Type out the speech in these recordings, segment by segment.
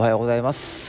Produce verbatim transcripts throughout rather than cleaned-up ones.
はようございます。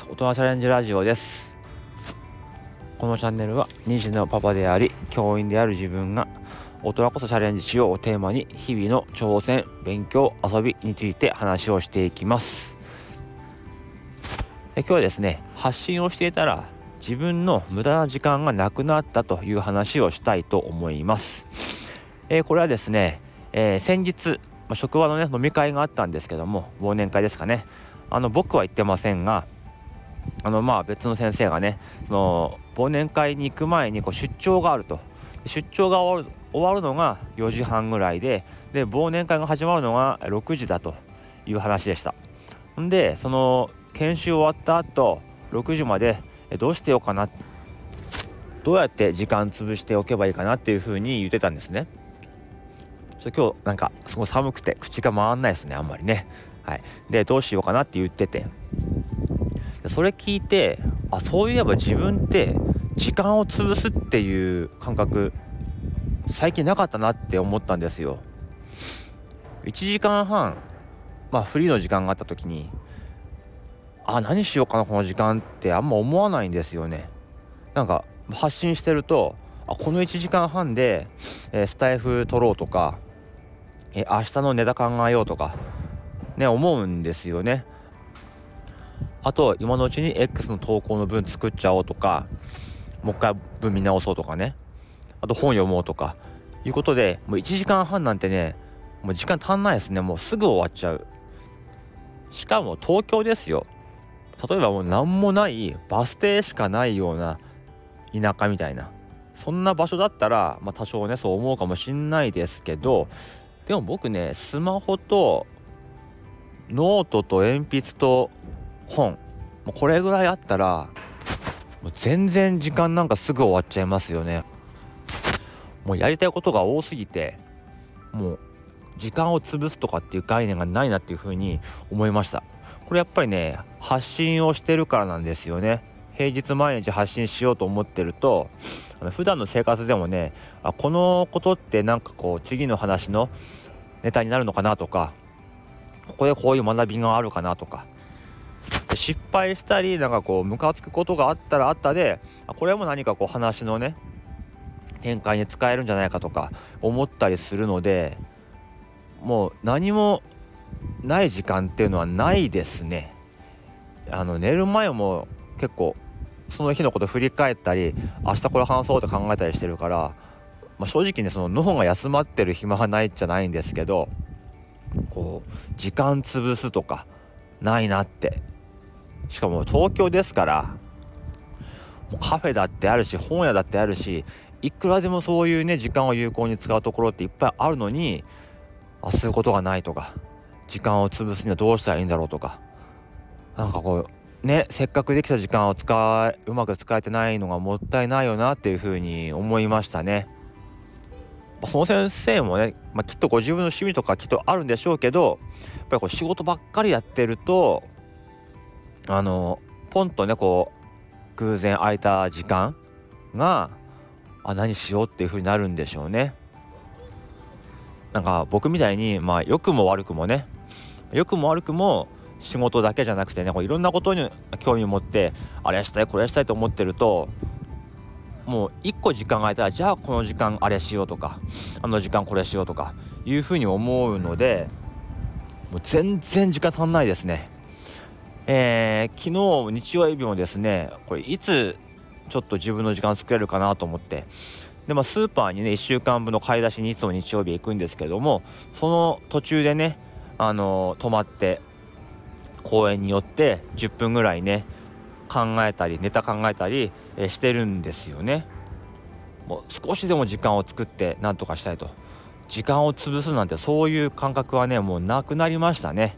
大人チャレンジラジオです。このチャンネルはに児のパパであり教員である自分が大人こそチャレンジしようをテーマに日々の挑戦、勉強、遊びについて話をしていきます。え今日はですね、発信をしていたら自分の無駄な時間がなくなったという話をしたいと思います。えー、これはですね、えー、先日、まあ、職場の、ね、飲み会があったんですけども、忘年会ですかね。あの僕は行ってませんが、あのまあ別の先生がね、その忘年会に行く前にこう出張があると。出張が終わる、終わるのがよじはんぐらいで、で忘年会が始まるのがろくじだという話でした。んでその研修終わった後ろくじまでどうしてようかな、どうやって時間潰しておけばいいかなっていう風に言ってたんですね。ちょ今日なんかすごい寒くて口が回んないですね、あんまりね。はい、でどうしようかなって言ってて、それ聞いて、あ、そういえば自分って時間を潰すっていう感覚最近なかったなって思ったんですよ。いちじかんはん、まあフリーの時間があった時に、あ、何しようかなこの時間ってあんま思わないんですよね。なんか発信してると、あ、このいちじかんはんで、えー、スタイフ取ろうとか、えー、明日のネタ考えようとかね、思うんですよね。あと今のうちに X の投稿の文作っちゃおうとか、もう一回文見直そうとかね、あと本読もうとかいうことで、もういちじかんはんなんてね、もう時間足んないですね。もうすぐ終わっちゃう。しかも東京ですよ。例えばもう何もないバス停しかないような田舎みたいな、そんな場所だったら、まあ、多少ねそう思うかもしんないですけど、でも僕ね、スマホとノートと鉛筆と本、もうこれぐらいあったらもう全然時間なんかすぐ終わっちゃいますよね。もうやりたいことが多すぎて、もう時間を潰すとかっていう概念がないなっていう風に思いました。これやっぱりね、発信をしてるからなんですよね。平日毎日発信しようと思ってると、あの普段の生活でもね、あ、このことってなんかこう次の話のネタになるのかなとか、ここでこういう学びがあるかなとか、失敗したりなんかこうムカつくことがあったらあったで、これも何かこう話のね展開に使えるんじゃないかとか思ったりするので、もう何もない時間っていうのはないですね。あの寝る前も結構その日のこと振り返ったり、明日これ話そうと考えたりしてるから、まあ、正直ねその脳が休まってる暇はないじゃないんですけど、こう時間潰すとかないなって。しかも東京ですから、もうカフェだってあるし本屋だってあるし、いくらでもそういうね時間を有効に使うところっていっぱいあるのに、あ、そういうことがないとか、時間を潰すにはどうしたらいいんだろうとか、なんかこうね、せっかくできた時間を使いうまく使えてないのがもったいないよなっていうふうに思いましたね。その先生もね、まあ、きっとご自分の趣味とかきっとあるんでしょうけど、やっぱりこう仕事ばっかりやってると、あのポンとねこう偶然空いた時間が、あ、何しようっていう風になるんでしょうね。なんか僕みたいに、まあ良くも悪くもね、良くも悪くも仕事だけじゃなくてね、こういろんなことに興味を持って、あれしたいこれしたいと思ってると、もう一個時間が空いたら、じゃあこの時間あれしようとか、あの時間これしようとかいう風に思うので、もう全然時間足んないですね。えー、昨日日曜日もですね、これいつちょっと自分の時間作れるかなと思って、で、まあ、スーパーにねいっしゅうかんぶんの買い出しにいつも日曜日行くんですけども、その途中でね、あのー、泊まって公園に寄ってじゅっぷんぐらいね考えたりネタ考えたり、えー、してるんですよね。もう少しでも時間を作ってなんとかしたいと。時間を潰すなんてそういう感覚はねもうなくなりましたね。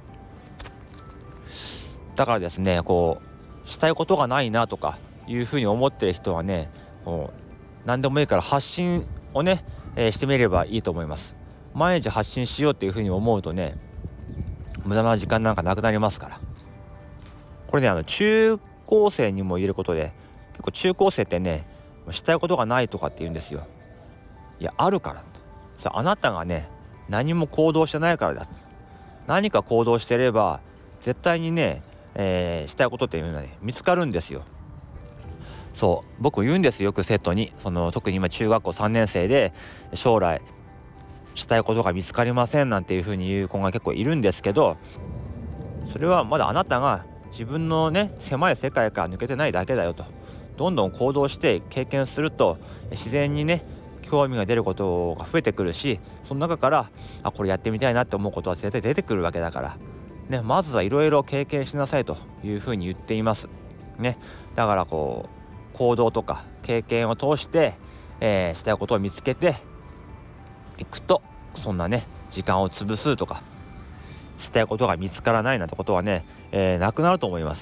だからですね、こうしたいことがないなとかいうふうに思ってる人はね、もう何でもいいから発信をね、えー、してみればいいと思います。毎日発信しようっていうふうに思うとね、無駄な時間なんかなくなりますから。これね、あの中高生にも言えることで、結構中高生ってね、したいことがないとかって言うんですよ。いや、あるからと。あなたがね何も行動してないからだ。何か行動してれば絶対にね、 えー、したいことっていうのはね見つかるんですよ。そう僕も言うんですよ、よく生徒に。その特に今中学校さんねん生で将来したいことが見つかりませんなんていう風に言う子が結構いるんですけど、それはまだあなたが自分のね狭い世界から抜けてないだけだよと。どんどん行動して経験すると自然にね興味が出ることが増えてくるし、その中からあこれやってみたいなって思うことは絶対出てくるわけだからね、まずはいろいろ経験しなさいという風に言っていますね。だからこう行動とか経験を通して、えー、したいことを見つけていくと、そんなね時間を潰すとかしたいことが見つからないなんてことはね、えー、なくなると思います。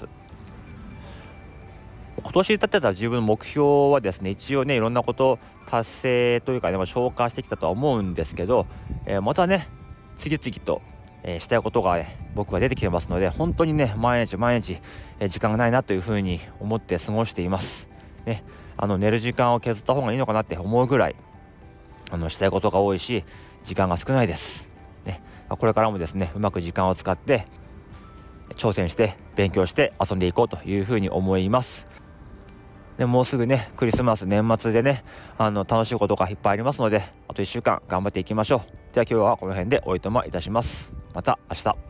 今年立てた自分の目標はですね、一応ねいろんなこと達成というかね、まあ、消化してきたとは思うんですけど、えー、またね次々と、えー、したいことが、ね、僕は出てきてますので、本当にね毎日毎日、えー、時間がないなというふうに思って過ごしていますね。あの寝る時間を削った方がいいのかなって思うぐらいあのしたいことが多いし時間が少ないですね。これからもですねうまく時間を使って挑戦して勉強して遊んでいこうというふうに思います。でもうすぐねクリスマス年末でねあの楽しいことがいっぱいありますので、あといっしゅうかん頑張っていきましょう。では今日はこの辺でおいとまいたします。また明日。